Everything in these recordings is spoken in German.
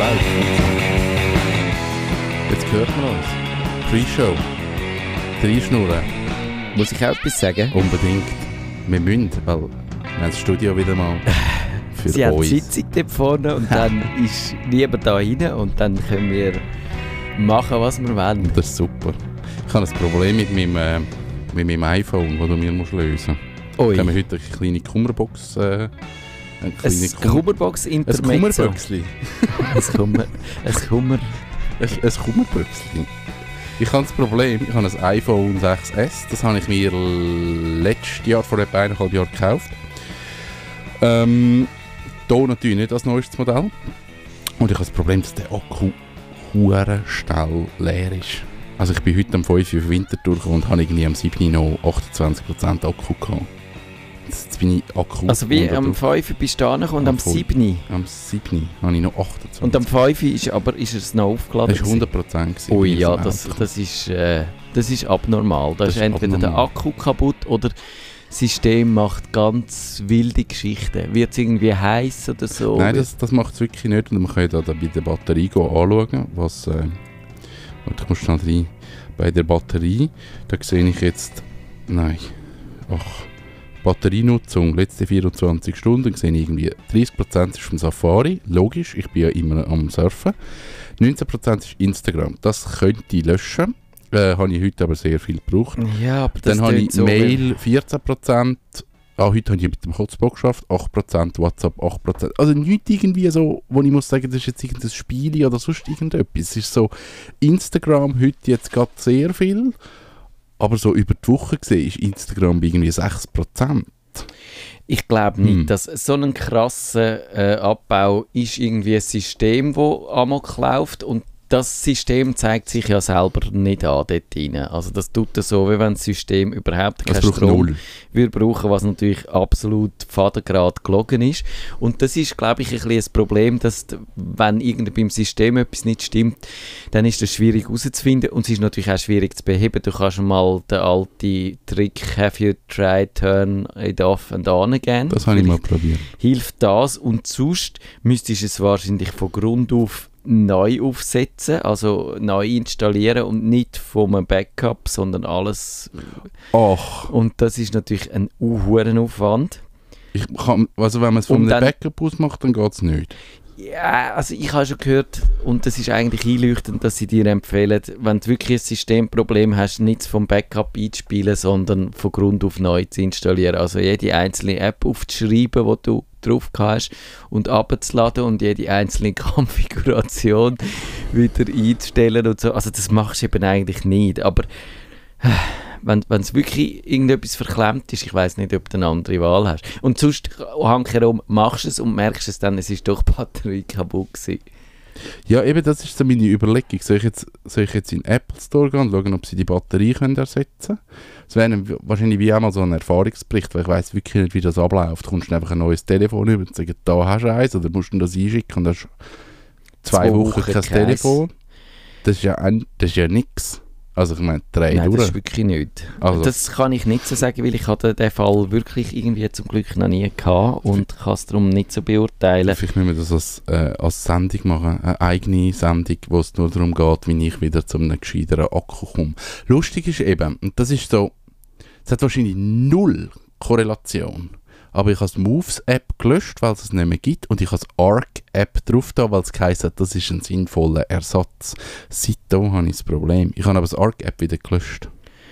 live. Jetzt hört man uns. Pre-Show. Reinschnurren. Muss ich auch etwas sagen? Unbedingt. Wir müssen, weil wir haben das Studio wieder mal für Sie uns. haben die Sitzung dort vorne und dann ist niemand da rein und dann können wir machen, was wir wollen. Das ist super. Ich habe ein Problem mit meinem iPhone, das du mir lösen musst. Ui. Ich habe heute eine kleine Kummerbox. Ein Kummerbox-Intermezzo. Ein Kummerböckchen. Ich habe das Problem, ich habe ein iPhone 6S, das habe ich mir letztes Jahr, vor etwa 1,5 Jahren gekauft. Hier natürlich nicht als neuestes Modell. Und ich habe das Problem, dass der Akku hure schnell leer ist. Also ich bin heute am 5 Uhr auf Winterthur gekommen und habe irgendwie am 7 noch 28% Akku gehabt. Jetzt bin ich Akku. Also wie am 5 bist du angekommen und am 7? Am 7 habe ich noch 28. Und am 5 ist es noch aufgeladen? Das war 100% Ui, ja, das ist abnormal. Da ist entweder der Akku kaputt oder das System macht ganz wilde Geschichten. Wird es irgendwie heiß oder so? Nein, das macht es wirklich nicht. Und man kann da bei der Batterie anschauen, was... ich muss schnell rein. Bei der Batterie, da sehe ich jetzt... Nein. Batterienutzung, letzte 24 Stunden, sehe ich irgendwie 30% ist vom Safari. Logisch, ich bin ja immer am Surfen. 19% ist Instagram. Das könnte ich löschen. Habe ich heute aber sehr viel gebraucht. Ja, aber das dann habe ich so Mail 14%. Heute habe ich mit dem Hotspot geschafft, 8%, WhatsApp 8%. Also nichts irgendwie so, wo ich muss sagen, das ist jetzt irgendein Spiel oder sonst irgendetwas. Es ist so, Instagram heute jetzt gerade sehr viel, aber so über die Woche gesehen ist Instagram bei irgendwie 6%. Ich glaube nicht, dass so ein krasser Abbau ist irgendwie ein System, das amok läuft und das System zeigt sich ja selber nicht an dort rein. Also das tut so, wie wenn das System überhaupt keinen Strom würde brauchen, was natürlich absolut fadengrad gelogen ist. Und das ist, glaube ich, ein bisschen das Problem, dass wenn beim System etwas nicht stimmt, dann ist das schwierig herauszufinden und es ist natürlich auch schwierig zu beheben. Du kannst mal den alten Trick «Have you tried turn it off and on again?» Das habe ich mal probiert. Hilft das und sonst müsstest du es wahrscheinlich von Grund auf neu aufsetzen, also neu installieren und nicht von einem Backup, sondern alles. Ach. Und das ist natürlich ein hohen Aufwand. Also wenn man es von einem Backup aus macht, dann geht es nicht. Ja, also ich habe schon gehört, und das ist eigentlich einleuchtend, dass sie dir empfehlen, wenn du wirklich ein Systemproblem hast, nicht vom Backup einzuspielen, sondern von Grund auf neu zu installieren. Also jede einzelne App aufzuschreiben, die du drauf hast und abzuladen und jede einzelne Konfiguration wieder einzustellen und so. Also das machst du eben eigentlich nicht. Aber wenn es wirklich irgendetwas verklemmt ist, ich weiss nicht, ob du eine andere Wahl hast. Und sonst herum machst du es und merkst es dann, es ist doch die Batterie kaputt gewesen. Ja, eben, das ist so meine Überlegung. Soll ich jetzt in den Apple Store gehen und schauen, ob sie die Batterie ersetzen können? Das wäre wahrscheinlich wie einmal so ein Erfahrungsbericht, weil ich weiss wirklich nicht, wie das abläuft. Du kommst einfach ein neues Telefon über und sagst, da hast du eins, oder musst du das einschicken und hast 2 Wochen kein Telefon. Das ist ja nichts. Also ich meine, Nein, das ist wirklich nichts. Also. Das kann ich nicht so sagen, weil ich hatte den Fall wirklich irgendwie zum Glück noch nie gehabt und kann es darum nicht so beurteilen. Vielleicht müssen wir das als Sendung machen, eine eigene Sendung, wo es nur darum geht, wie ich wieder zu einem gescheiteren Akku komme. Lustig ist eben, und das ist so, es hat wahrscheinlich 0 Korrelation, aber ich habe die Moves-App gelöscht, weil es es nicht mehr gibt und ich habe die Arc-App drauf da, weil es geheißen hat, das ist ein sinnvoller Ersatz. Seitdem habe ich das Problem. Ich habe aber die Arc-App wieder gelöscht.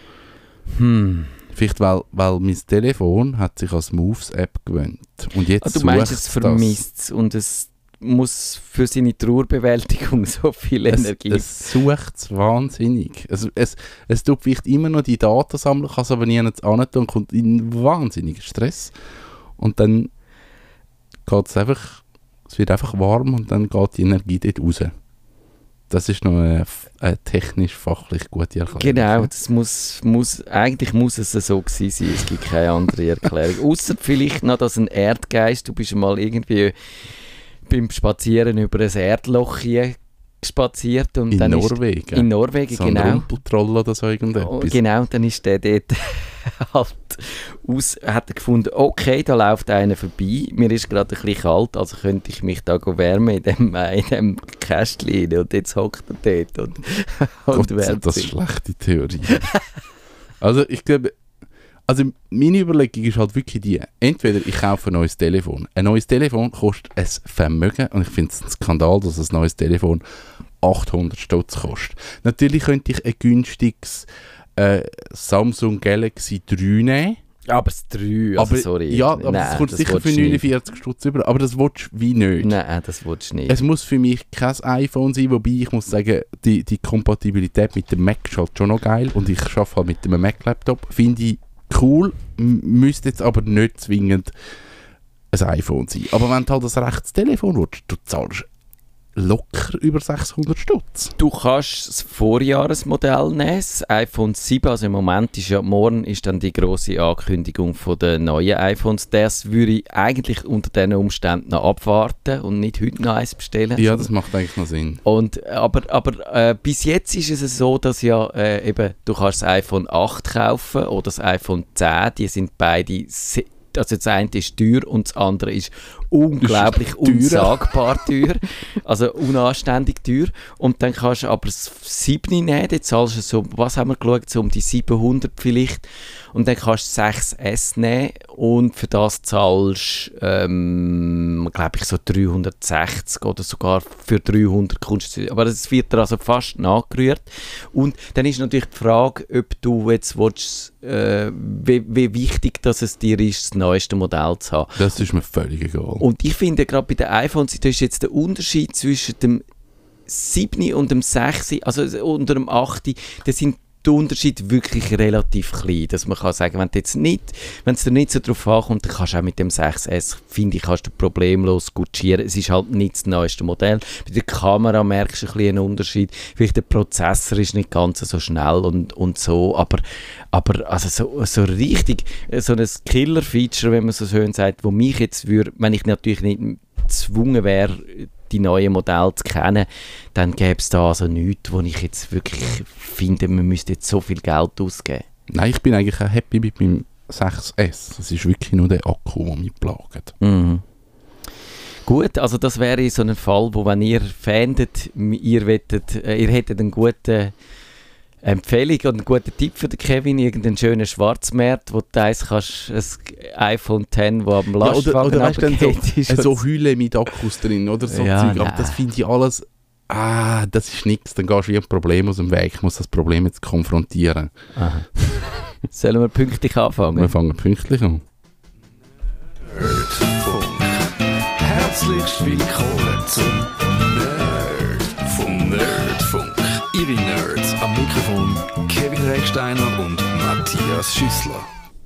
Vielleicht, weil mein Telefon hat sich als Moves-App gewöhnt. Und jetzt du meinst, es vermisst es und es muss für seine Trauerbewältigung so viel Energie. Es sucht es wahnsinnig. Es tut vielleicht immer noch die Daten sammeln, kann es aber nie ans Antun und kommt in wahnsinnigen Stress. Und dann geht es einfach, es wird einfach warm und dann geht die Energie dort raus. Das ist noch eine technisch-fachlich gute Erklärung. Genau, das eigentlich muss es so gewesen sein. Es gibt keine andere Erklärung. Ausser vielleicht noch, dass ein Erdgeist, du bist mal irgendwie beim Spazieren über ein Erdloch hier spaziert und in dann Norwegen. In Norwegen, so ein genau. Rumpeltroll oder so irgendetwas. Genau, dann ist der dort halt hat er gefunden, okay, da läuft einer vorbei, mir ist gerade ein bisschen kalt, also könnte ich mich da wärmen in dem Kästchen und jetzt hockt er dort und wärmt das ist sich. eine schlechte Theorie. Also ich glaube, meine Überlegung ist halt wirklich die, entweder ich kaufe ein neues Telefon. Ein neues Telefon kostet ein Vermögen und ich finde es ein Skandal, dass ein neues Telefon 800 Stutz kostet. Natürlich könnte ich ein günstiges Samsung Galaxy 3 nehmen. Aber das 3, also Aber, sorry. ja, aber Nein, das kommt das sicher für willst du nicht. 49 Stutz über. Aber das willst du wie nicht. Nein, das willst du nicht. Es muss für mich kein iPhone sein, wobei ich muss sagen, die Kompatibilität mit dem Mac ist halt schon noch geil und ich arbeite halt mit einem Mac-Laptop. Finde ich cool, müsste jetzt aber nicht zwingend ein iPhone sein. Aber wenn du halt ein rechtes Telefon willst, du zahlst locker über 600 Stutz. Du kannst das Vorjahresmodell nehmen, das iPhone 7, also im Moment ist ja, morgen ist dann die grosse Ankündigung von den neuen iPhones. Das würde ich eigentlich unter diesen Umständen noch abwarten und nicht heute noch eins bestellen. Ja, das macht eigentlich noch Sinn. Und, aber bis jetzt ist es so, dass ja eben, du kannst das iPhone 8 kaufen oder das iPhone 10, die sind beide also das eine ist teuer und das andere ist unglaublich unsagbar teuer, also unanständig teuer. Und dann kannst du aber das 7 nehmen, jetzt zahlst du so, was haben wir geschaut, so um die 700 vielleicht. Und dann kannst du 6S nehmen und für das zahlst glaube ich so 360 oder sogar für 300 kommst du. Aber das wird dir also fast nachgerührt. Und dann ist natürlich die Frage, ob du jetzt willst, wie wichtig dass es dir ist, das neueste Modell zu haben. Das ist mir völlig egal. Und ich finde gerade bei den iPhones, da ist jetzt der Unterschied zwischen dem 7 und dem 6, also unter dem 8, das sind der Unterschied wirklich relativ klein, dass man kann sagen, wenn es dir nicht so drauf ankommt, dann kannst du auch mit dem 6S, finde ich, kannst du problemlos gutschieren. Es ist halt nicht das neueste Modell. Bei der Kamera merkst du ein bisschen einen Unterschied. Vielleicht der Prozessor ist nicht ganz so schnell und so, aber also so richtig, so ein Killer-Feature, wenn man so schön sagt, wo mich jetzt würde, wenn ich natürlich nicht gezwungen wäre, die neuen Modelle zu kennen, dann gäbe es da also nichts, wo ich jetzt wirklich finde, man müsste jetzt so viel Geld ausgeben. Nein, ich bin eigentlich auch happy mit meinem 6S. Es ist wirklich nur der Akku, der mich plagt. Mhm. Gut, also das wäre so ein Fall, wo wenn ihr fändet, ihr hättet einen guten Empfehlung und einen guten Tipp für den Kevin, irgendeinen schönen Schwarzmarkt, wo du eins kannst, ein iPhone X, das am Lastwagen oder weißt du, ist. so Hülle mit Akkus drin oder so Ja, Zeug. Aber das finde ich alles, das ist nichts. Dann gehst du wie ein Problem aus dem Weg. Ich muss das Problem jetzt konfrontieren. Aha. Sollen wir pünktlich anfangen? Wir fangen pünktlich an. Nerdfunk. Herzlich willkommen zum Nerd vom Nerdfunk. Ihre Nerds am Mikrofon Kevin Recksteiner und Matthias Schüssler.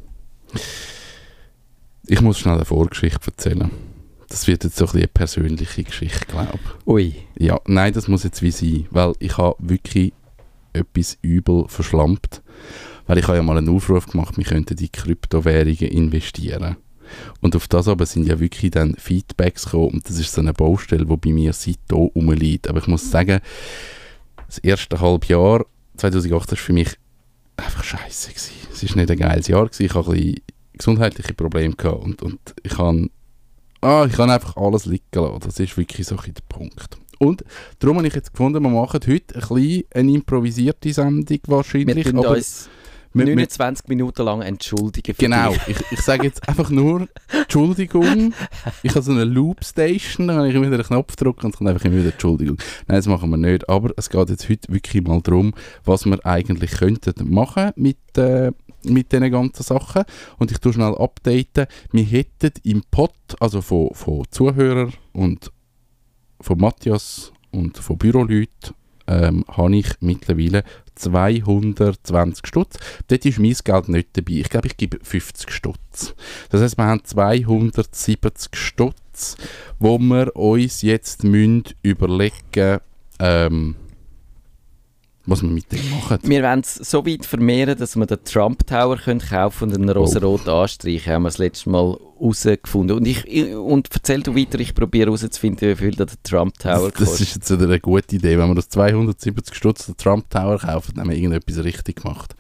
Ich muss schnell eine Vorgeschichte erzählen. Das wird jetzt so ein bisschen eine persönliche Geschichte, glaube ich. Ui. Ja, nein, das muss jetzt wie sein, weil ich habe wirklich etwas übel verschlampt. Weil ich habe ja mal einen Aufruf gemacht, wir könnten in Kryptowährungen investieren. Und auf das aber sind ja wirklich dann Feedbacks gekommen und das ist so eine Baustelle, die bei mir seitdem rumliegt. Aber ich muss sagen, das erste Halbjahr 2018 war für mich einfach scheiße gewesen. Es war nicht ein geiles Jahr gewesen. Ich hatte ein bisschen gesundheitliche Probleme gehabt und ich habe einfach alles liegen lassen. Das ist wirklich so ein der Punkt. Und darum habe ich jetzt gefunden, wir machen heute ein bisschen eine improvisierte Sendung wahrscheinlich. Wir können uns 29 Minuten lang entschuldigen für Genau, dich. ich sage jetzt einfach nur Entschuldigung. Ich habe so eine Loop-Station, da kann ich immer wieder einen Knopf drücken und es kommt einfach immer wieder Entschuldigung. Nein, das machen wir nicht, aber es geht jetzt heute wirklich mal darum, was wir eigentlich könnten machen mit diesen ganzen Sachen. Und ich tue schnell updaten. Wir hätten im Pod, also von Zuhörern und von Matthias und von Büroleuten, habe ich mittlerweile 220 Stutz. Dort ist mein Geld nicht dabei. Ich glaube, ich gebe 50 Stutz. Das heisst, wir haben 270 Stutz, wo wir uns jetzt überlegen müssen, was wir mit dem machen. Wir wollen es so weit vermehren, dass wir den Trump Tower kaufen können und einen rosa-rot anstreichen. Haben wir das letzte Mal herausgefunden. Und erzähl du weiter, ich probiere herauszufinden, wie viel der Trump Tower kostet. Das ist jetzt wieder eine gute Idee. Wenn wir das 270 Stutz den Trump Tower kaufen, dann haben wir irgendetwas richtig gemacht.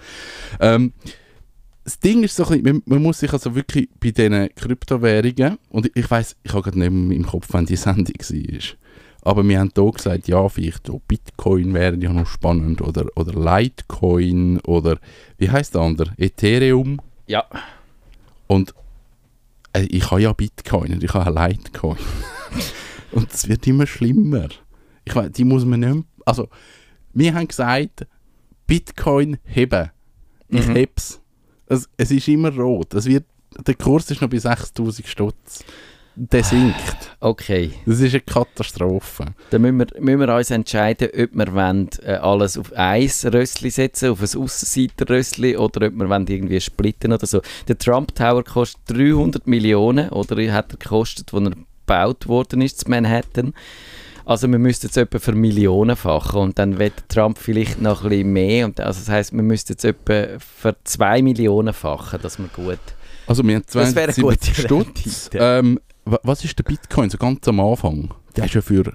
Das Ding ist so ein bisschen, man muss sich also wirklich bei diesen Kryptowährungen, und ich weiss, ich habe gerade nicht mehr im Kopf, wann die Sendung war, aber wir haben hier gesagt, ja, vielleicht auch Bitcoin wäre ja noch spannend, oder Litecoin, oder wie heisst der andere? Ethereum. Ja. Und ich habe ja Bitcoin und ich habe Litecoin. Und es wird immer schlimmer. Ich weiss, die muss man nicht mehr, also wir haben gesagt, Bitcoin heben. Ich heb's. Es ist immer rot. Der Kurs ist noch bei 6'000 Stutz. Der sinkt. Okay. Das ist eine Katastrophe. Dann müssen wir uns entscheiden, ob wir wollen, alles auf ein Rössli setzen, auf ein Aussenseiterrössli, oder ob wir wollen irgendwie splitten oder so. Der Trump Tower kostet 300 Millionen, oder hat er gekostet, als er gebaut worden ist, in Manhattan. Also wir müssten jetzt etwa für Millionenfachen, und dann will Trump vielleicht noch ein bisschen mehr. Und also das heisst, wir müssten jetzt etwa für 2 Millionenfachen, dass wir gut... Also wir haben 72 Stutz. Rendite. Was ist der Bitcoin so ganz am Anfang? Der ist ja für...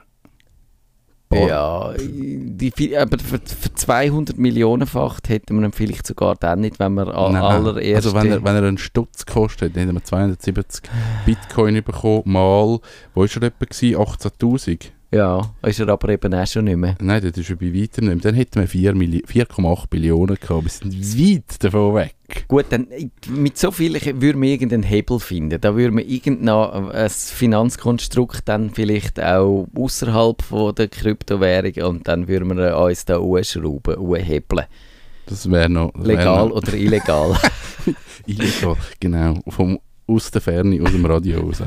Ja, aber für 200 Millionenfach hätten wir ihn vielleicht sogar dann nicht, wenn wir allererst... Also wenn er einen Stutz kostet, dann hätten wir 270 Bitcoin bekommen, mal, wo war er etwa? 18'000? Ja, ist er aber eben auch schon nicht mehr. Nein, das ist bei weitem nicht mehr. Dann hätten wir 4,8 Billionen gehabt. Wir sind weit davon weg. Gut, dann mit so viel würden wir irgendeinen Hebel finden. Da würden wir ein Finanzkonstrukt dann vielleicht auch außerhalb der Kryptowährung, und dann würden wir uns da hebeln. Das wäre noch... Legal oder illegal? Illegal, genau. Aus der Ferne, aus dem Radio raus.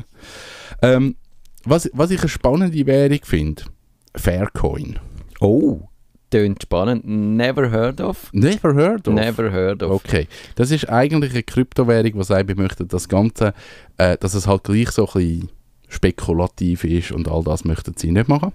Was ich eine spannende Währung finde, Faircoin. Oh, tönt spannend. Never heard of? Never heard of? Never heard of. Okay, das ist eigentlich eine Kryptowährung, die sagt, wir möchten das Ganze, dass es halt gleich so ein bisschen spekulativ ist, und all das möchten sie nicht machen.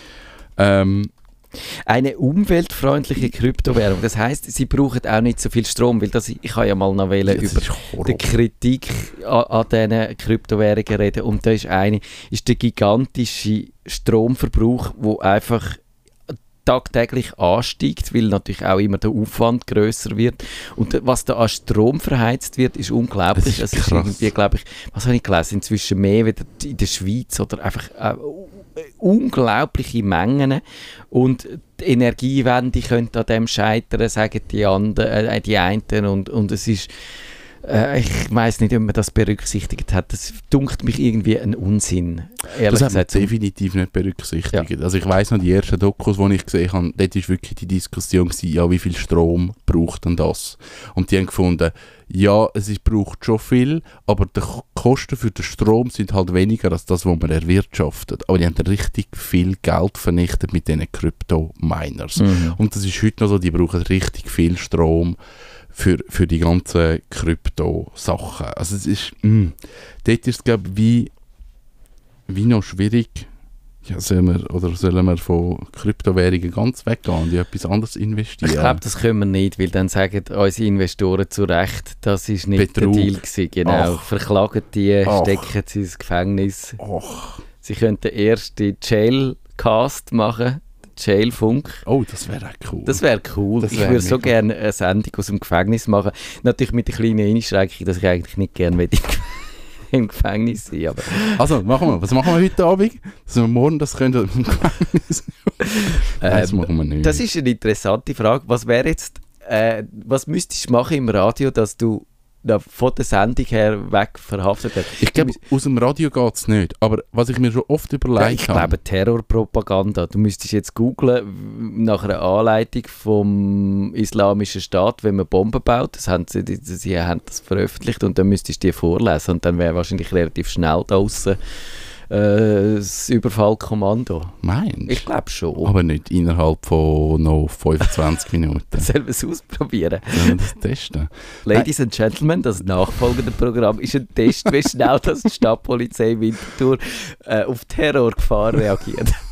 Eine umweltfreundliche Kryptowährung. Das heisst, sie brauchen auch nicht so viel Strom, weil ich habe ja mal noch über die Kritik an diesen Kryptowährungen reden, und da ist der gigantische Stromverbrauch, der einfach tagtäglich ansteigt, weil natürlich auch immer der Aufwand grösser wird. Und was da an Strom verheizt wird, ist unglaublich. Das ist irgendwie, glaube ich, was habe ich gelesen, inzwischen mehr wieder in der Schweiz, oder einfach unglaubliche Mengen, und die Energiewende könnte an dem scheitern, sagen die einen, und es ist ich weiss nicht, ob man das berücksichtigt hat. Das dünkt mich irgendwie ein Unsinn. Das hat man definitiv nicht berücksichtigt. Ja. Also ich weiss noch, die ersten Dokus, die ich gesehen habe, dort war wirklich die Diskussion, ja, wie viel Strom braucht denn das? Und die haben gefunden, ja, es braucht schon viel, aber die Kosten für den Strom sind halt weniger als das, was man erwirtschaftet. Aber die haben richtig viel Geld vernichtet mit diesen Krypto-Miners. Und das ist heute noch so, die brauchen richtig viel Strom für die ganzen Krypto-Sachen. Also es ist, dort ist es, glaube ich, wie noch schwierig, ja, sollen wir von Kryptowährungen ganz weggehen und in etwas anderes investieren? Ich glaube, das können wir nicht, weil dann sagen unsere Investoren zu Recht, das ist nicht Betrug. Der Deal gewesen. Genau, verklagen die, stecken sie ins Gefängnis. Sie könnten erst die Jailcast machen, Jailfunk. Oh, das wäre auch cool. Das wäre cool. Ich würde so gerne eine Sendung aus dem Gefängnis machen. Natürlich mit der kleinen Einschränkung, dass ich eigentlich nicht gerne im Gefängnis sein. Aber also, was machen wir heute Abend? Dass wir morgen das können im Gefängnis. Das machen wir nicht. Das ist eine interessante Frage. Was wäre jetzt, was müsstest du machen im Radio, dass du von der Sendung her weg verhaftet wird? Ich glaube, aus dem Radio geht es nicht. Aber was ich mir schon oft überlegt habe... Ich glaube, Terrorpropaganda. Du müsstest jetzt googlen nach einer Anleitung vom Islamischen Staat, wenn man Bomben baut. Sie haben das veröffentlicht, und dann müsstest du die vorlesen. Und dann wäre wahrscheinlich relativ schnell da draussen das Überfallkommando. Meinst du? Ich glaube schon. Aber nicht innerhalb von noch 25 Minuten. Sollen wir es ausprobieren? Sollen wir das testen? Ladies and Gentlemen, das nachfolgende Programm ist ein Test, wie schnell das die Stadtpolizei Winterthur auf Terrorgefahr reagiert.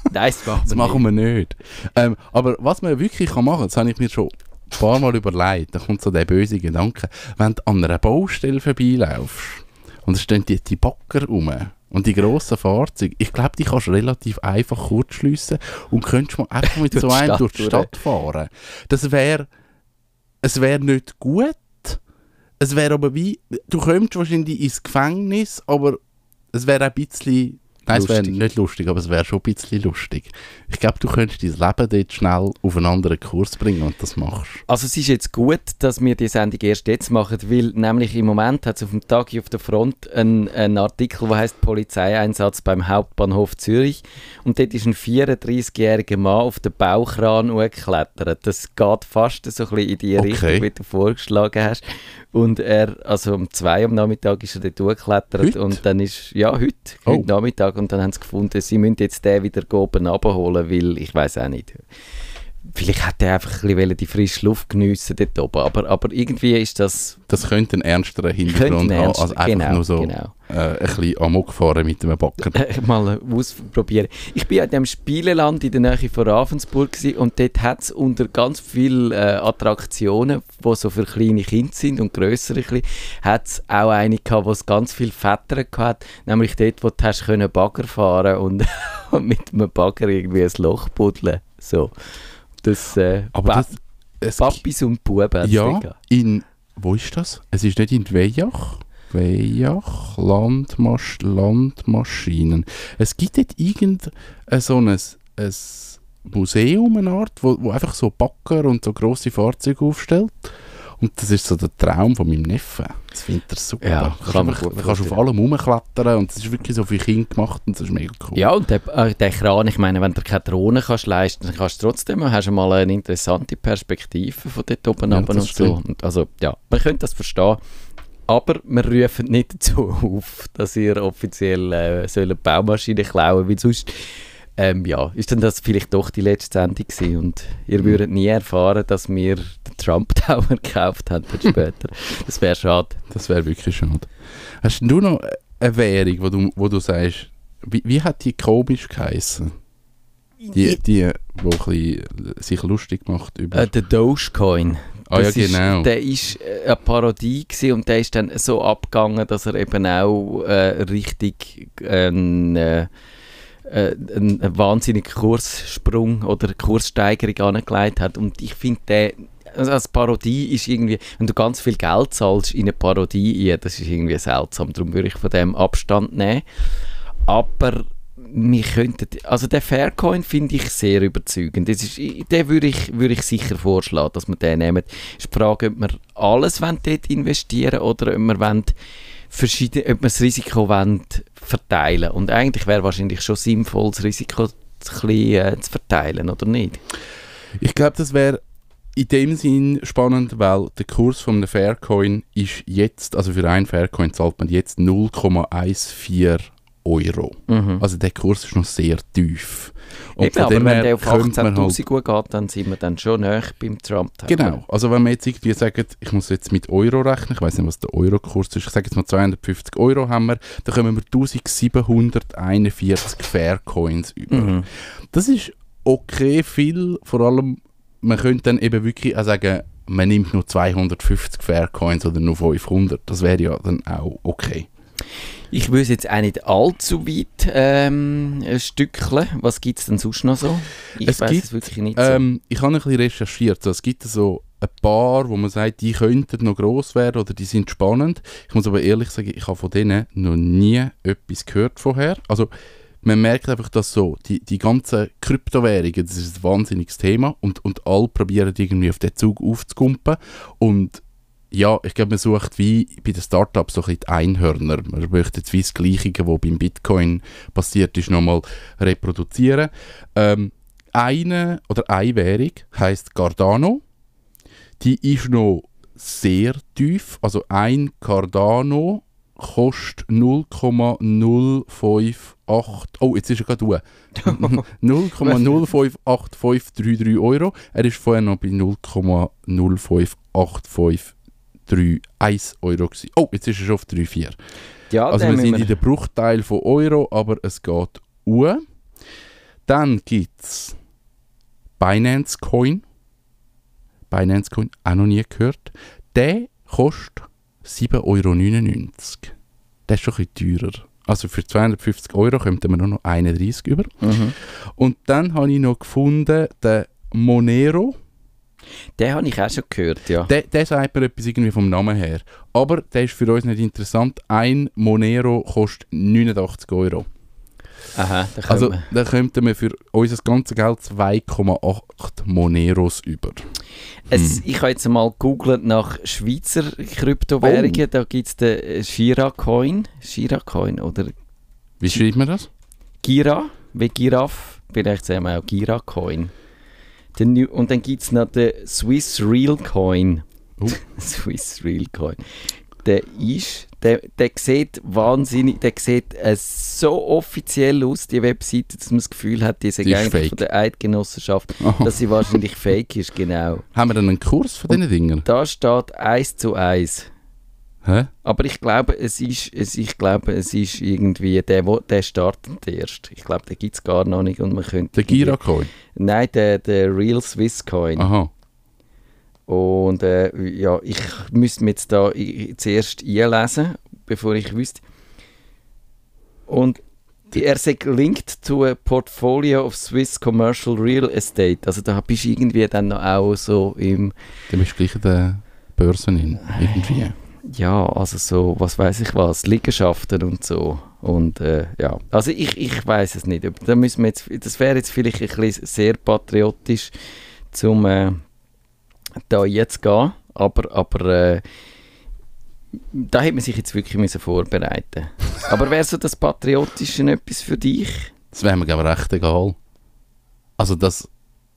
Nein, das machen wir nicht. Aber was man wirklich machen kann, das habe ich mir schon ein paar Mal überlegt, da kommt so der böse Gedanke, wenn du an einer Baustelle vorbeilaufst und es stehen die Bagger rum und die grossen Fahrzeuge, ich glaube, die kannst du relativ einfach kurzschliessen und könntest mal einfach mit so einem durch die Stadt fahren. Es wäre nicht gut, es wäre aber wie, du kommst wahrscheinlich ins Gefängnis, aber es wäre ein bisschen... Nein, es wäre nicht lustig, aber es wäre schon ein bisschen lustig. Ich glaube, du könntest dein Leben dort schnell auf einen anderen Kurs bringen und das machst. Also es ist jetzt gut, dass wir die Sendung erst jetzt machen, weil nämlich im Moment hat es auf dem Tag auf der Front einen Artikel, der heisst «Polizeieinsatz beim Hauptbahnhof Zürich». Und dort ist ein 34-jähriger Mann auf den Baukran hochgeklettert. Das geht fast so ein bisschen in die Richtung, wie du vorgeschlagen hast. Und also um 2 am Nachmittag ist er dort hochgeklettert. Heute? Und dann ist, heute Nachmittag. Und dann haben sie gefunden, sie müssen jetzt den wieder oben runterholen, weil, ich weiß auch nicht, vielleicht hat er einfach ein bisschen die frische Luft geniessen dort oben, aber irgendwie ist das... Das könnte einen ernsteren Hintergrund haben, als einfach nur so ein bisschen Amok fahren mit einem Bagger. Mal ausprobieren. Ich war in diesem Spieleland in der Nähe von Ravensburg und dort hat es unter ganz vielen Attraktionen, die so für kleine Kinder sind und grössere, hat es auch eine gehabt, wo es ganz viele Väter hatte, nämlich dort, wo du hast können Bagger fahren und mit einem Bagger irgendwie ein Loch buddeln. So. Das, aber Papis und Buben. Ja, wo ist das? Es ist nicht in Weijach. Weijach, Landmaschinen. Es gibt dort so ein Museum, eine Art, wo einfach so Bagger und so grosse Fahrzeuge aufstellt. Und das ist so der Traum von meinem Neffen. Das findet er super. Ja, du kannst auf allem rumklettern und das ist wirklich so für Kinder gemacht und das ist mega cool. Ja, und der Kran, ich meine, wenn du keine Drohne kannst leisten, dann kannst du trotzdem, hast du mal eine interessante Perspektive von dort oben runter und so. Und also, ja, man könnte das verstehen. Aber wir rufen nicht dazu auf, dass ihr offiziell Baumaschinen klauen sollt, weil sonst ist dann das vielleicht doch die letzte Sendung gewesen und ihr würdet nie erfahren, dass wir den Trump Tower gekauft haben später. Das wäre schade. Das wäre wirklich schade. Hast du noch eine Währung, wo du sagst, wie hat die komisch geheissen? Die ein bisschen sich lustig macht über... Der Dogecoin. Ja, genau. Der war eine Parodie gewesen und der ist dann so abgegangen, dass er eben auch richtig einen wahnsinnigen Kurssprung oder Kurssteigerung angelegt hat. Und ich finde, als Parodie ist irgendwie, wenn du ganz viel Geld zahlst in eine Parodie, das ist irgendwie seltsam. Darum würde ich von dem Abstand nehmen. Aber wir könnten, also den Faircoin finde ich sehr überzeugend. Den würde ich sicher vorschlagen, dass wir den nehmen. Es ist die Frage, ob wir alles dort investieren oder ob wir das Risiko verteilen. Und eigentlich wäre wahrscheinlich schon sinnvoll, das Risiko zu verteilen, oder nicht? Ich glaube, das wäre in dem Sinn spannend, weil der Kurs von einem Faircoin ist jetzt, also für einen Faircoin zahlt man jetzt 0,14 Euro. Mhm. Also der Kurs ist noch sehr tief. Und eben, aber wenn der auf 18'000 geht, dann sind wir dann schon näher beim Trump. Genau, also wenn wir jetzt irgendwie sagen, ich muss jetzt mit Euro rechnen, ich weiß nicht, was der Euro-Kurs ist, ich sage jetzt mal 250 Euro haben wir, dann kommen wir 1741 Faircoins über. Mhm. Das ist okay viel, vor allem, man könnte dann eben wirklich auch sagen, man nimmt nur 250 Faircoins oder nur 500, das wäre ja dann auch okay. Ich würde jetzt auch nicht allzu weit stückeln. Was gibt es denn sonst noch so? Ich weiß es wirklich nicht so. Ich habe ein bisschen recherchiert. Also, es gibt so ein paar, wo man sagt, die könnten noch gross werden oder die sind spannend. Ich muss aber ehrlich sagen, ich habe von denen noch nie etwas gehört vorher. Also man merkt einfach, dass so die ganzen Kryptowährungen, das ist ein wahnsinniges Thema und alle probieren irgendwie auf den Zug aufzukumpen und ja, ich glaube, man sucht wie bei den Startups so ein bisschen die Einhörner. Man möchte jetzt wie das Gleiche, was beim Bitcoin passiert ist, nochmal reproduzieren. Eine Währung heisst Cardano. Die ist noch sehr tief. Also ein Cardano kostet 0,058. Oh, jetzt ist er gerade 0,05853 Euro. Er ist vorher noch bei 0,05853 1 Euro gewesen. Oh, jetzt ist er schon auf 3,4. Ja, also wir sind in den Bruchteil von Euro, aber es geht Dann gibt es Binance Coin. Binance Coin, auch noch nie gehört. Der kostet 7,99 €. Das ist schon ein bisschen teurer. Also für 250 € kommt man nur noch 31 über. Mhm. Und dann habe ich noch gefunden, den Monero. Den habe ich auch schon gehört, ja. Der sagt mir etwas irgendwie vom Namen her. Aber der ist für uns nicht interessant. Ein Monero kostet 89 €. Aha, Also da könnten wir für unser ganzes Geld 2,8 Moneros über. Ich habe jetzt mal gegoogelt nach Schweizer Kryptowährungen. Oh. Da gibt es den Gira-Coin. Gira-Coin oder Wie schreibt man das? Gira, wie Giraffe. Vielleicht sagen wir auch Gira-Coin. Und dann gibt es noch den Swiss Real Coin. Swiss Real Coin. Der sieht wahnsinnig, der sieht so offiziell aus, die Webseite, dass man das Gefühl hat, die ist eigentlich fake. von der Eidgenossenschaft, Aha. dass sie wahrscheinlich fake ist, genau. Haben wir dann einen Kurs von diesen Dingern? Da steht 1:1. Hä? Aber ich glaube, es ist irgendwie, der startet erst. Ich glaube, den gibt es gar noch nicht und man könnte... Der Gira-Coin? Nein, der Real Swiss Coin. Aha. Und ja, ich müsste mir jetzt da zuerst einlesen, bevor ich wüsste. Und er sagt linked to a portfolio of Swiss commercial real estate. Also da bist du irgendwie dann noch auch so im... Dann bist du gleich in der Börse irgendwie. Ja, also so, was weiß ich was, Liegenschaften und so. Und ja, also ich weiß es nicht. Da müssen wir jetzt, das wäre jetzt vielleicht ein bisschen sehr patriotisch, zum da jetzt gehen. Aber da hätte man sich jetzt wirklich müssen vorbereiten. Aber wäre so das Patriotische etwas für dich? Das wäre mir aber recht egal. Also das...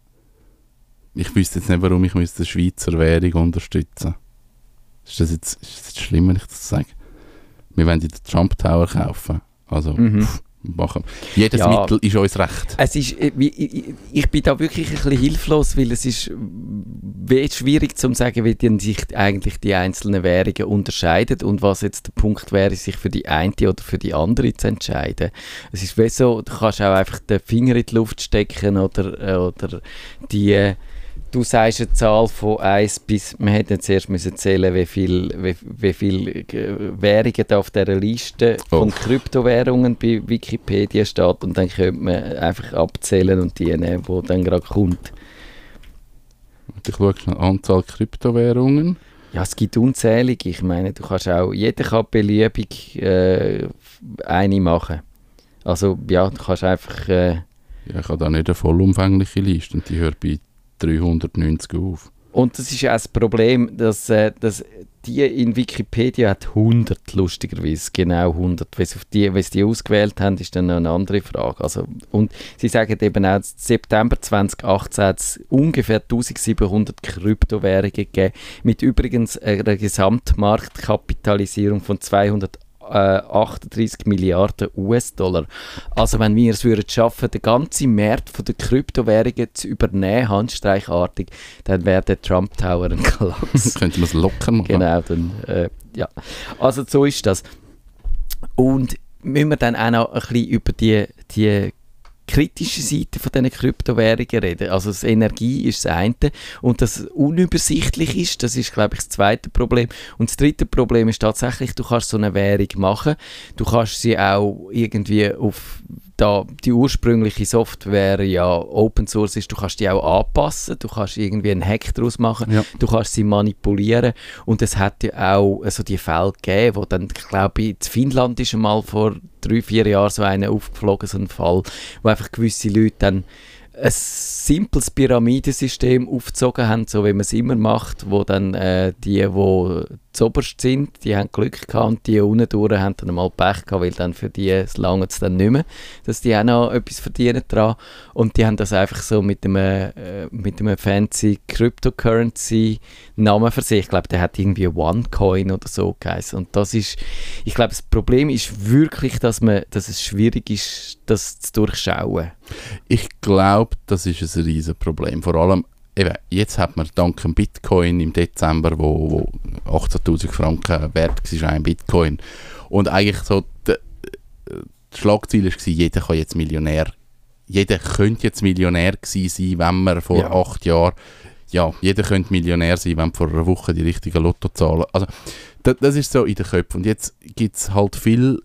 Ich wüsste jetzt nicht, warum ich die Schweizer Währung unterstützen. Ist das jetzt schlimm, wenn ich das sage? Wir wollen den Trump Tower kaufen. Also, machen. Jedes Mittel ist uns recht. Es ist, ich bin da wirklich ein bisschen hilflos, weil es ist schwierig zu sagen, wie sich eigentlich die einzelnen Währungen unterscheiden und was jetzt der Punkt wäre, sich für die eine oder für die andere zu entscheiden. Es ist wie so, du kannst auch einfach den Finger in die Luft stecken oder die... Du sagst eine Zahl von 1 bis... Wir hätten jetzt erst müssen zählen, wie viel Währungen da auf dieser Liste von Kryptowährungen bei Wikipedia steht. Und dann könnte man einfach abzählen und die nehmen, die dann gerade kommt. Ich schaue schnell Anzahl Kryptowährungen. Ja, es gibt unzählige. Ich meine, du kannst auch... Jeder kann beliebig eine machen. Also ja, du kannst einfach... Ja, ich habe da nicht eine vollumfängliche Liste und die hört bei 390 auf. Und das ist ja auch das Problem, dass die in Wikipedia hat 100, lustigerweise, genau 100. Wenn sie die ausgewählt haben, ist dann noch eine andere Frage. Also, und sie sagen eben auch, September 2018 hat es ungefähr 1700 Kryptowährungen gegeben, mit übrigens einer Gesamtmarktkapitalisierung von 238 Milliarden US-Dollar. Also wenn wir es schaffen, den ganzen Markt von den Kryptowährungen zu übernehmen, handstreichartig, dann wäre der Trump Tower ein Klacks. Könnte man es locker machen. Genau, dann, ja. Also so ist das. Und müssen wir dann auch noch ein bisschen über die kritische Seite von diesen Kryptowährungen reden. Also das Energie ist das eine und das unübersichtlich ist, das ist, glaube ich, das zweite Problem. Und das dritte Problem ist tatsächlich, du kannst so eine Währung machen, du kannst sie auch irgendwie auf die ursprüngliche Software ja Open Source ist, du kannst die auch anpassen, du kannst irgendwie einen Hack daraus machen, ja. Du kannst sie manipulieren und es hat ja auch also die Fälle gegeben, wo dann, glaube ich, in Finnland ist einmal vor 3-4 Jahren so einer aufgeflogen, so ein Fall, wo einfach gewisse Leute dann ein simples Pyramidensystem aufgezogen haben, so wie man es immer macht, wo dann die zuoberst sind, die haben Glück gehabt und die unten durch haben dann mal Pech gehabt, weil dann für die lange es dann nicht mehr, dass die auch noch etwas verdienen dran und die haben das einfach so mit einem fancy Cryptocurrency-Namen für sich. Ich glaube, der hat irgendwie OneCoin oder so geheißen und das ist, ich glaube, das Problem ist wirklich, dass es schwierig ist, das zu durchschauen. Ich glaube, das ist ein riesen Problem. Vor allem, eben, jetzt hat man dank dem Bitcoin im Dezember, wo 18'000 Franken wert war, ein Bitcoin. Und eigentlich so, das Schlagziel war, jeder kann jetzt Millionär jeder könnte jetzt Millionär gewesen sein, wenn man vor 8 Jahren, jeder könnte Millionär sein, wenn man vor einer Woche die richtigen Lottozahlen, also das ist so in den Köpfen. Und jetzt gibt es halt viel,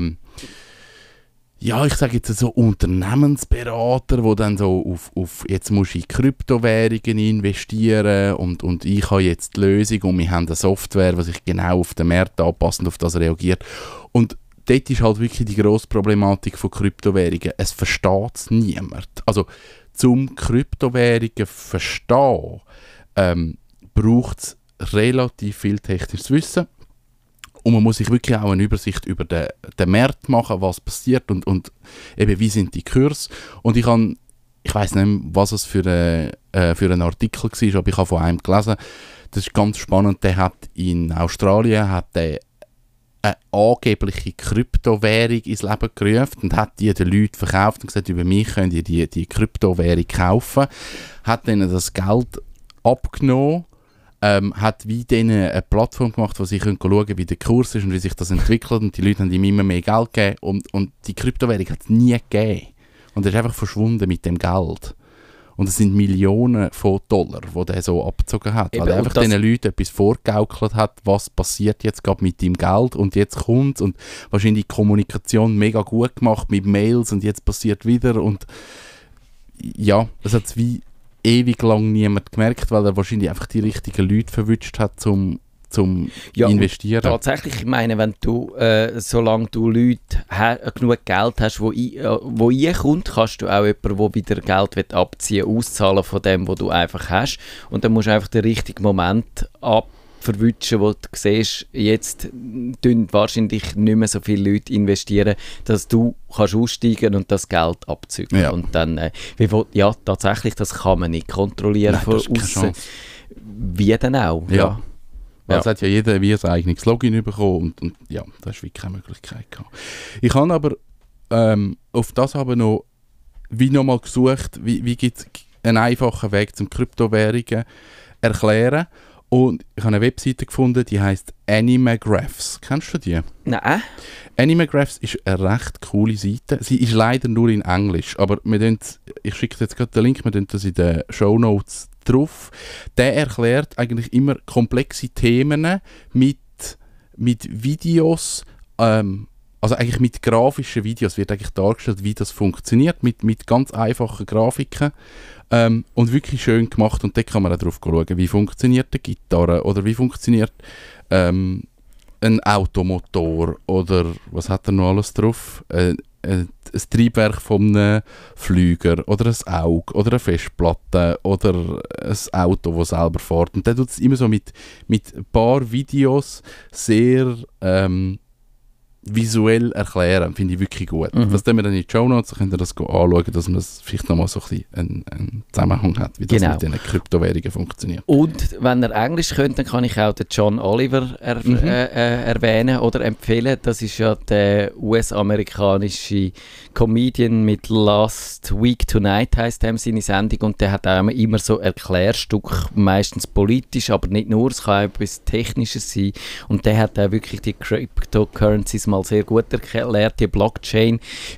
ich sage jetzt so Unternehmensberater, die dann so auf jetzt musst du in Kryptowährungen investieren und ich habe jetzt die Lösung und wir haben eine Software, die sich genau auf den Markt anpassend auf das reagiert. Und dort ist halt wirklich die grosse Problematik von Kryptowährungen. Es versteht es niemand. Also zum Kryptowährungen verstehen, braucht es relativ viel technisches Wissen. Und man muss sich wirklich auch eine Übersicht über den Markt machen, was passiert und eben wie sind die Kurse. Und ich weiss nicht, was es für einen Artikel war, aber ich habe von einem gelesen, das ist ganz spannend, der hat in Australien eine angebliche Kryptowährung ins Leben gerufen und hat die den Leuten verkauft und gesagt, über mich könnt ihr die Kryptowährung kaufen. Hat ihnen das Geld abgenommen, hat wie denen eine Plattform gemacht, wo sie schauen können, wie der Kurs ist und wie sich das entwickelt und die Leute haben ihm immer mehr Geld gegeben und die Kryptowährung hat es nie gegeben und er ist einfach verschwunden mit dem Geld. Und es sind Millionen von Dollar, die er so abgezogen hat. Eben, weil er einfach diesen Leuten etwas vorgegaukelt hat, was passiert jetzt gerade mit dem Geld und jetzt kommt und wahrscheinlich die Kommunikation mega gut gemacht mit Mails und jetzt passiert wieder und ja, es hat es wie ewig lang niemand gemerkt, weil er wahrscheinlich einfach die richtigen Leute verwünscht hat zum investieren. Tatsächlich, ich meine, wenn du, solange du Leute genug Geld hast, wo reinkommt, kannst du auch jemanden, der wieder Geld abziehen will, auszahlen von dem, was du einfach hast. Und dann musst du einfach den richtigen Moment verwünschen, wo du siehst, jetzt tun wahrscheinlich nicht mehr so viele Leute investieren, dass du kannst aussteigen und das Geld abzügeln. Ja. Und dann, tatsächlich, das kann man nicht kontrollieren von außen. Wie denn auch? Ja. Weil es hat ja jeder wie ein eigenes Login bekommen und ja, das ist wirklich keine Möglichkeit gehabt. Ich habe aber auf das aber noch mal gesucht, wie gibt es einen einfachen Weg zum Kryptowährungen erklären. Und ich habe eine Webseite gefunden, die heisst Animagraphs. Kennst du die? Nein. Animagraphs ist eine recht coole Seite. Sie ist leider nur in Englisch, aber ich schicke jetzt gerade den Link, wir tun das in den Shownotes drauf. Der erklärt eigentlich immer komplexe Themen mit Videos, also eigentlich mit grafischen Videos wird eigentlich dargestellt, wie das funktioniert, mit ganz einfachen Grafiken. Und wirklich schön gemacht und da kann man auch drauf schauen, wie funktioniert eine Gitarre oder wie funktioniert ein Automotor oder was hat er noch alles drauf? Ein Triebwerk von einem Flüger oder ein Auge oder eine Festplatte oder ein Auto, das selber fährt. Und der tut es immer so mit ein paar Videos sehr visuell erklären, finde ich wirklich gut. Das tun wir dann in die Shownotes, dann könnt ihr das anschauen, dass man vielleicht nochmal so ein bisschen einen Zusammenhang hat, wie das mit diesen Kryptowährungen funktioniert. Und wenn ihr Englisch könnt, dann kann ich auch den John Oliver erwähnen oder empfehlen. Das ist ja der US-amerikanische Comedian mit Last Week Tonight, heisst dem seine Sendung, und der hat auch immer so Erklärstück, meistens politisch, aber nicht nur, es kann auch etwas Technisches sein. Und der hat auch wirklich die Cryptocurrencies mal sehr gut erklärt, die Blockchain.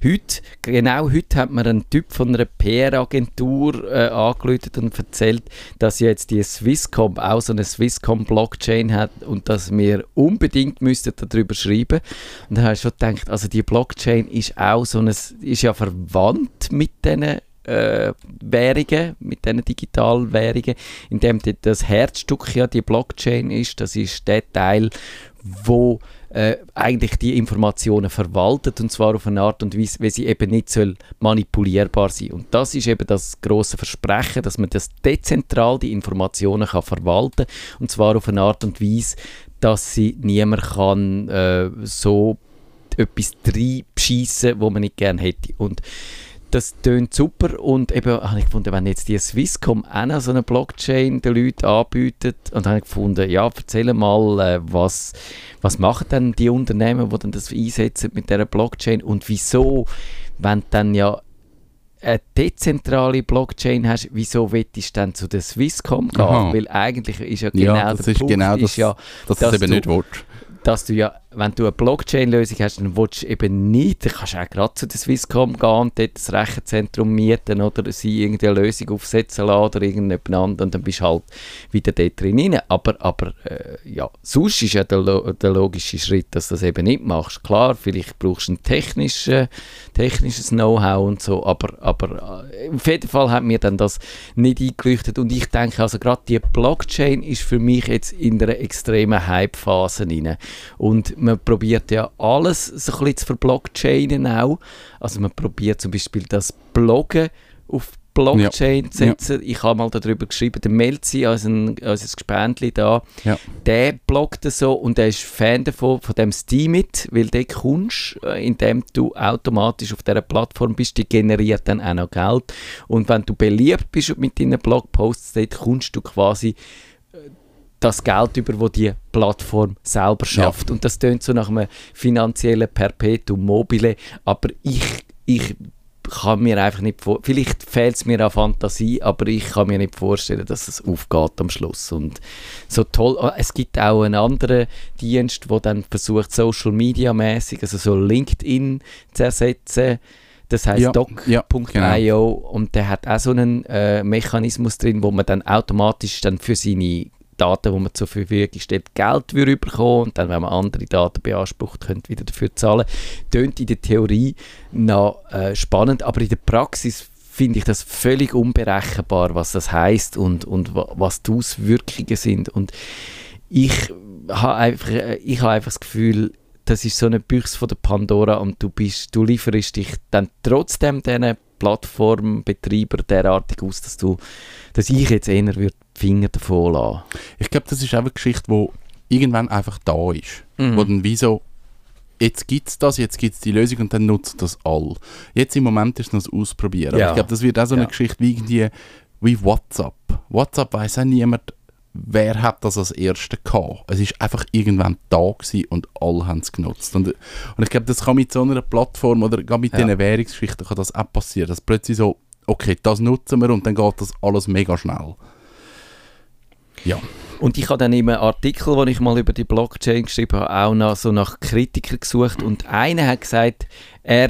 Heute hat mir ein Typ von einer PR-Agentur angerufen und erzählt, dass jetzt die Swisscom auch so eine Swisscom-Blockchain hat und dass wir unbedingt darüber schreiben müssten. Und dann habe ich schon gedacht, also die Blockchain ist auch ist ja verwandt mit diesen Währungen, mit diesen digitalen Währungen, indem das Herzstück ja die Blockchain ist. Das ist der Teil, wo eigentlich die Informationen verwaltet, und zwar auf eine Art und Weise, wie sie eben nicht manipulierbar sein. Und das ist eben das grosse Versprechen, dass man das dezentral die Informationen kann verwalten, und zwar auf eine Art und Weise, dass sie niemand kann so etwas reinschiessen, was man nicht gerne hätte. Und das tönt super, und eben habe ich gefunden, wenn jetzt die Swisscom auch noch so eine Blockchain den Leuten anbietet, und dann habe ich gefunden, ja, erzähl mal, was machen denn die Unternehmen, die dann das einsetzen mit dieser Blockchain, und wieso, wenn du dann ja eine dezentrale Blockchain hast, wieso willst du dann zu der Swisscom gehen? Weil eigentlich ist ja genau der Punkt, dass du es eben nicht willst. Dass du ja wenn du eine Blockchain-Lösung hast, dann willst du eben nicht, dann kannst du auch gerade zu der Swisscom gehen und dort das Rechenzentrum mieten oder sie irgendeine Lösung aufsetzen lassen oder irgendjemand anderen und dann bist du halt wieder dort drin. Aber ja, sonst ist ja der logische Schritt, dass du das eben nicht machst. Klar, vielleicht brauchst du ein technisches Know-how und so, aber auf jeden Fall hat mir dann das nicht eingeleuchtet und ich denke, also gerade die Blockchain ist für mich jetzt in einer extremen Hype-Phase rein. Und man probiert ja alles so ein bisschen zu verblockchainen auch. Also man probiert zum Beispiel das Bloggen auf Blockchain zu setzen. Ja. Ich habe mal darüber geschrieben, der Melzi, also ein Gespendli da, der bloggt so und der ist Fan davon, von dem Steemit, weil der kommst, indem du automatisch auf dieser Plattform bist, die generiert dann auch noch Geld. Und wenn du beliebt bist mit deinen Blogposts, dort kommst du quasi das Geld über, das die Plattform selber schafft. Ja. Und das tönt so nach einem finanziellen Perpetuum mobile, aber ich kann mir einfach nicht vielleicht fehlt es mir an Fantasie, aber ich kann mir nicht vorstellen, dass es aufgeht am Schluss. Und so toll, es gibt auch einen anderen Dienst, der dann versucht, Social Media mäßig, also so LinkedIn zu ersetzen. Das heisst doc.io genau. Und der hat auch so einen Mechanismus drin, wo man dann automatisch dann für seine Daten, die man zur Verfügung stellt, Geld bekommen und dann, wenn man andere Daten beansprucht, könnt wieder dafür zahlen. Tönt in der Theorie noch spannend, aber in der Praxis finde ich das völlig unberechenbar, was das heisst und was die Auswirkungen sind. Und ich habe einfach das Gefühl, das ist so eine Büchse von der Pandora und du lieferst dich dann trotzdem diesen Plattformbetreiber derartig aus, dass ich jetzt eher die Finger davon lassen. Ich glaube, das ist auch eine Geschichte, die irgendwann einfach da ist. Wo dann wie so, jetzt gibt es das, jetzt gibt es die Lösung und dann nutzt das alle. Jetzt im Moment ist es noch das Ausprobieren. Ja. Ich glaube, das wird auch so eine Geschichte wie WhatsApp. WhatsApp weiss auch niemand, wer hat das als Erster gehabt. Es ist einfach irgendwann da gewesen und alle haben es genutzt. Und ich glaube, das kann mit so einer Plattform oder gar mit diesen Währungsgeschichten kann das auch passieren, dass plötzlich so, okay, das nutzen wir und dann geht das alles mega schnell. Ja. Und ich habe dann in einem Artikel, den ich mal über die Blockchain geschrieben habe, auch noch so nach Kritikern gesucht und einer hat gesagt, er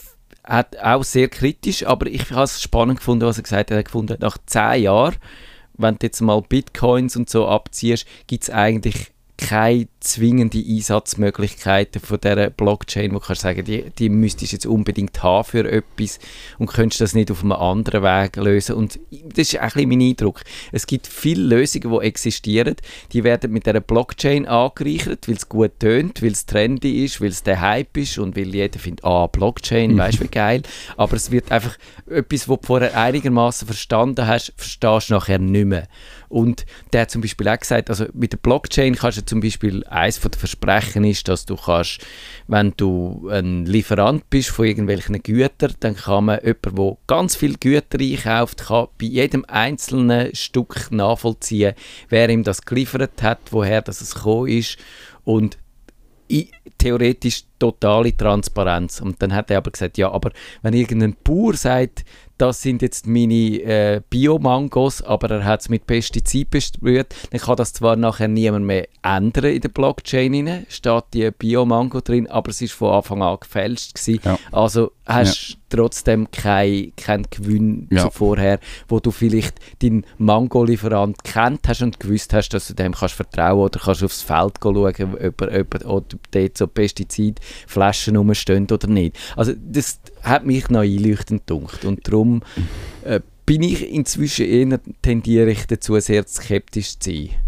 hat auch sehr kritisch, aber ich habe es spannend gefunden, was er gesagt hat. Er hat gefunden, nach 10 Jahren, wenn du jetzt mal Bitcoins und so abziehst, gibt es eigentlich keine zwingende Einsatzmöglichkeiten von dieser Blockchain, wo du kannst sagen, die müsstest du jetzt unbedingt haben für etwas und könntest das nicht auf einem anderen Weg lösen. Und das ist ein bisschen mein Eindruck. Es gibt viele Lösungen, die existieren, die werden mit dieser Blockchain angereichert, weil es gut tönt, weil es trendy ist, weil es der Hype ist und weil jeder findet, Blockchain, weißt du, wie geil. Aber es wird einfach etwas, was du vorher einigermaßen verstanden hast, verstehst du nachher nicht mehr. Und der hat zum Beispiel auch gesagt, also mit der Blockchain kannst du zum Beispiel, eines von den Versprechen ist, dass du kannst, wenn du ein Lieferant bist von irgendwelchen Gütern, dann kann man jemanden, der ganz viele Güter einkauft, kann bei jedem einzelnen Stück nachvollziehen, wer ihm das geliefert hat, woher das es gekommen ist und theoretisch totale Transparenz. Und dann hat er aber gesagt, ja, aber wenn irgendein Bauer sagt, das sind jetzt meine Bio-Mangos, aber er hat es mit Pestizid besprüht, dann kann das zwar nachher niemand mehr ändern in der Blockchain rein, steht die Bio-Mango drin, aber es ist von Anfang an gefälscht gewesen. Ja. Also hast du trotzdem keinen Gewinn zu vorher, wo du vielleicht deinen Mango-Lieferant kennt hast und gewusst hast, dass du dem kannst vertrauen oder kannst aufs Feld schauen, ob dort so Pestizidflaschen rumstehen oder nicht. Also das hat mich noch einleuchtend gedacht und darum bin ich inzwischen eher, tendiere ich dazu, sehr skeptisch zu sein.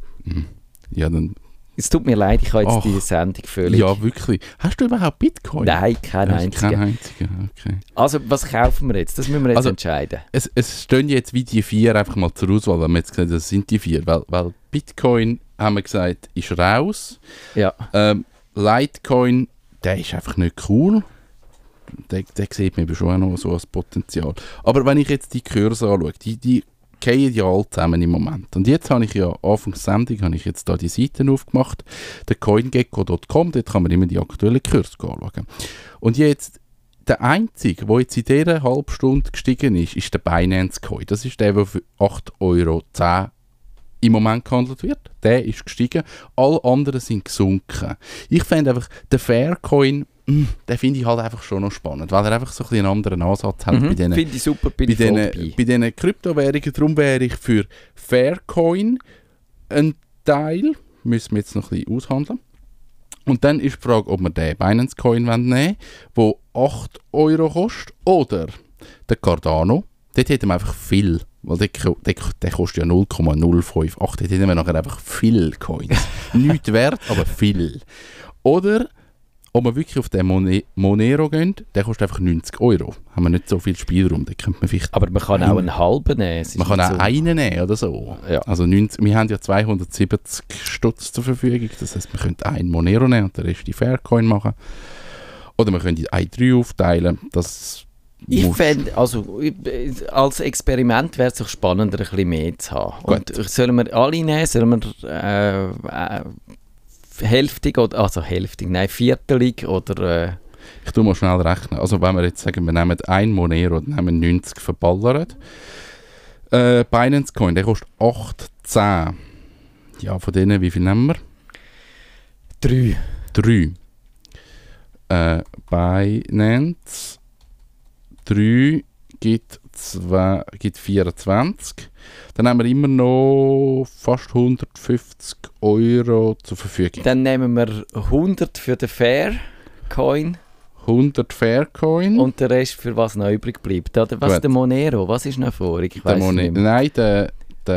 Ja, dann... Es tut mir leid, ich habe jetzt diese Sendung völlig... Ja, wirklich. Hast du überhaupt Bitcoin? Nein, kein einziger. Okay. Also, was kaufen wir jetzt? Das müssen wir jetzt entscheiden. Es stehen jetzt wie die 4 einfach mal zur Auswahl, wenn wir jetzt gesagt haben, das sind die 4. Weil Bitcoin, haben wir gesagt, ist raus. Ja. Litecoin, der ist einfach nicht cool. Der sieht mir schon noch so als Potenzial. Aber wenn ich jetzt die Kurse anschaue, die fallen ja alle zusammen im Moment. Und jetzt habe ich ja, Anfangs Sendung, habe ich jetzt da die Seiten aufgemacht, der coingecko.com, dort kann man immer die aktuellen Kurse anschauen. Und jetzt, der einzige, der jetzt in dieser halben Stunde gestiegen ist der Binance Coin. Das ist der für 8,10 € im Moment gehandelt wird. Der ist gestiegen. Alle anderen sind gesunken. Ich finde einfach, der Faircoin, den finde ich halt einfach schon noch spannend, weil er einfach so ein bisschen einen anderen Ansatz hat bei diesen, finde ich super, bin ich voll dabei. bei diesen Kryptowährungen. Darum wäre ich für Faircoin ein Teil, müssen wir jetzt noch ein bisschen aushandeln. Und dann ist die Frage, ob wir den Binance Coin nehmen wollen, der 8 € kostet, oder den Cardano. Dort hätten wir einfach viel, weil der kostet ja 0,058. Dort hätten wir nachher einfach viel Coins. Nicht wert, aber viel. Oder ob wir wirklich auf den Monero gehen, der kostet einfach 90 €. Haben wir nicht so viel Spielraum, da könnte man vielleicht... Aber man kann auch einen halben nehmen. Man kann auch einen nehmen oder so. Ja. Also 90, wir haben ja 270 Stutz zur Verfügung, das heisst, wir können einen Monero nehmen und den Rest in Faircoin machen. Oder wir können die 1-3 aufteilen. Das ich fände, also als Experiment wäre es doch spannender, ein bisschen mehr zu haben. Gut. Und sollen wir alle nehmen? Sollen wir hälftig oder, also hälftig, nein, viertelig oder... Ich tue mal schnell rechnen. Also wenn wir jetzt sagen, wir nehmen einen Monero und nehmen 90 verballert. Binance Coin, der kostet 8,10. Ja, von denen, wie viel nehmen wir? 3. Binance 3 gibt 24. Dann haben wir immer noch fast 150 € zur Verfügung. Dann nehmen wir 100 für den Faircoin. 100 Faircoin. Und der Rest für was noch übrig bleibt. Oder was ist der Monero? Was ist noch vorig? Ich weiss nicht mehr. Nein, der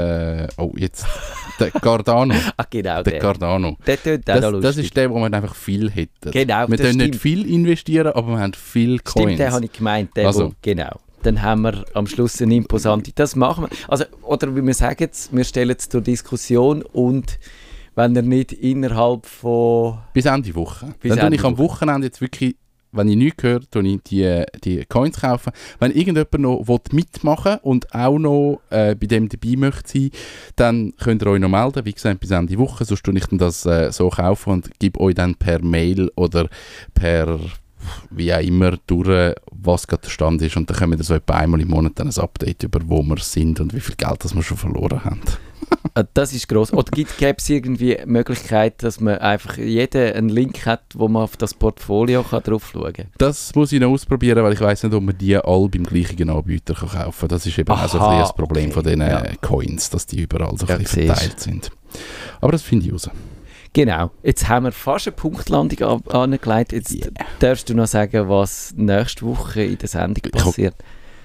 Cardano. Genau, der Cardano. Der tut auch noch lustig. Das ist der, wo man einfach viel hätte. Genau, wir können nicht viel investieren, aber wir haben viel Coins. Stimmt, den habe ich gemeint. Genau. Dann haben wir am Schluss eine imposante. Das machen wir. Also, oder wie wir sagen, wir stellen es zur Diskussion und wenn er nicht innerhalb von... Bis Ende Woche. Dann tue ich am Wochenende jetzt wirklich, wenn ich nichts höre, tue ich die Coins kaufen. Wenn irgendjemand noch mitmachen will und auch noch bei dem dabei möchte sein, dann könnt ihr euch noch melden. Wie gesagt, bis Ende Woche. Sonst tue ich dann das so kaufen und gebe euch dann per Mail oder per wie auch immer durch, was gerade der Stand ist. Und dann können wir so etwa einmal im Monat dann ein Update über wo wir sind und wie viel Geld das wir schon verloren haben. Das ist gross. Oder gäbe es irgendwie die Möglichkeit, dass man einfach jeder einen Link hat, wo man auf das Portfolio drauf schauen kann? Das muss ich noch ausprobieren, weil ich weiss nicht, ob man die alle beim gleichen Anbieter kaufen kann. Das ist eben auch so ein bisschen das Problem von diesen Coins, dass die überall so ein bisschen verteilt sind. Aber das finde ich raus. Genau. Jetzt haben wir fast eine Punktlandung angelegt. Jetzt darfst du noch sagen, was nächste Woche in der Sendung passiert.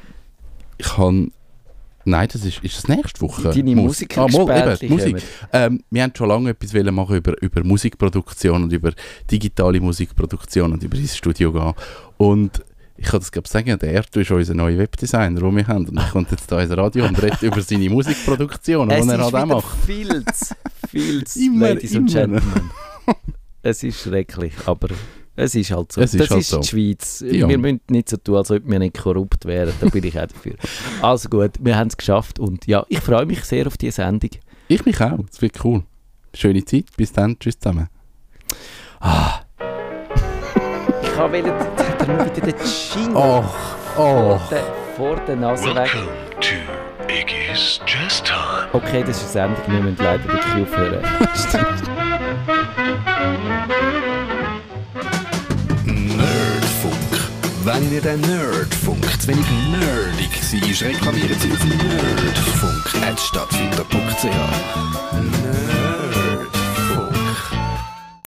Nein, das ist das nächste Woche. Deine Musikexpertin. Musik. Wir haben schon lange etwas machen über Musikproduktion und über digitale Musikproduktion und über ins Studio gehen. Und ich kann das sagen, der Erto ist unser neuer Webdesigner, den wir haben. Und er kommt jetzt da ins Radio und redet über seine Musikproduktion, die er halt auch macht. Viel zu, Ladies and Gentlemen. Es ist schrecklich, aber es ist halt so. Das ist die Schweiz. Ja. Wir müssen nicht so tun, als ob wir nicht korrupt wären. Da bin ich auch dafür. Also gut, wir haben es geschafft und ja, ich freue mich sehr auf diese Sendung. Ich mich auch, es wird cool. Schöne Zeit, bis dann, tschüss zusammen. Ich habe wieder den Jingle vor der Nase weg. Iggy's Jazz Time. Okay, das ist eine Sendung, wir müssen leider wirklich aufhören. Nerdfunk. Wenn ihr den Nerdfunk zu wenig nerdig seid, reklamiert sie auf nerdfunk@stadtfinder.ch.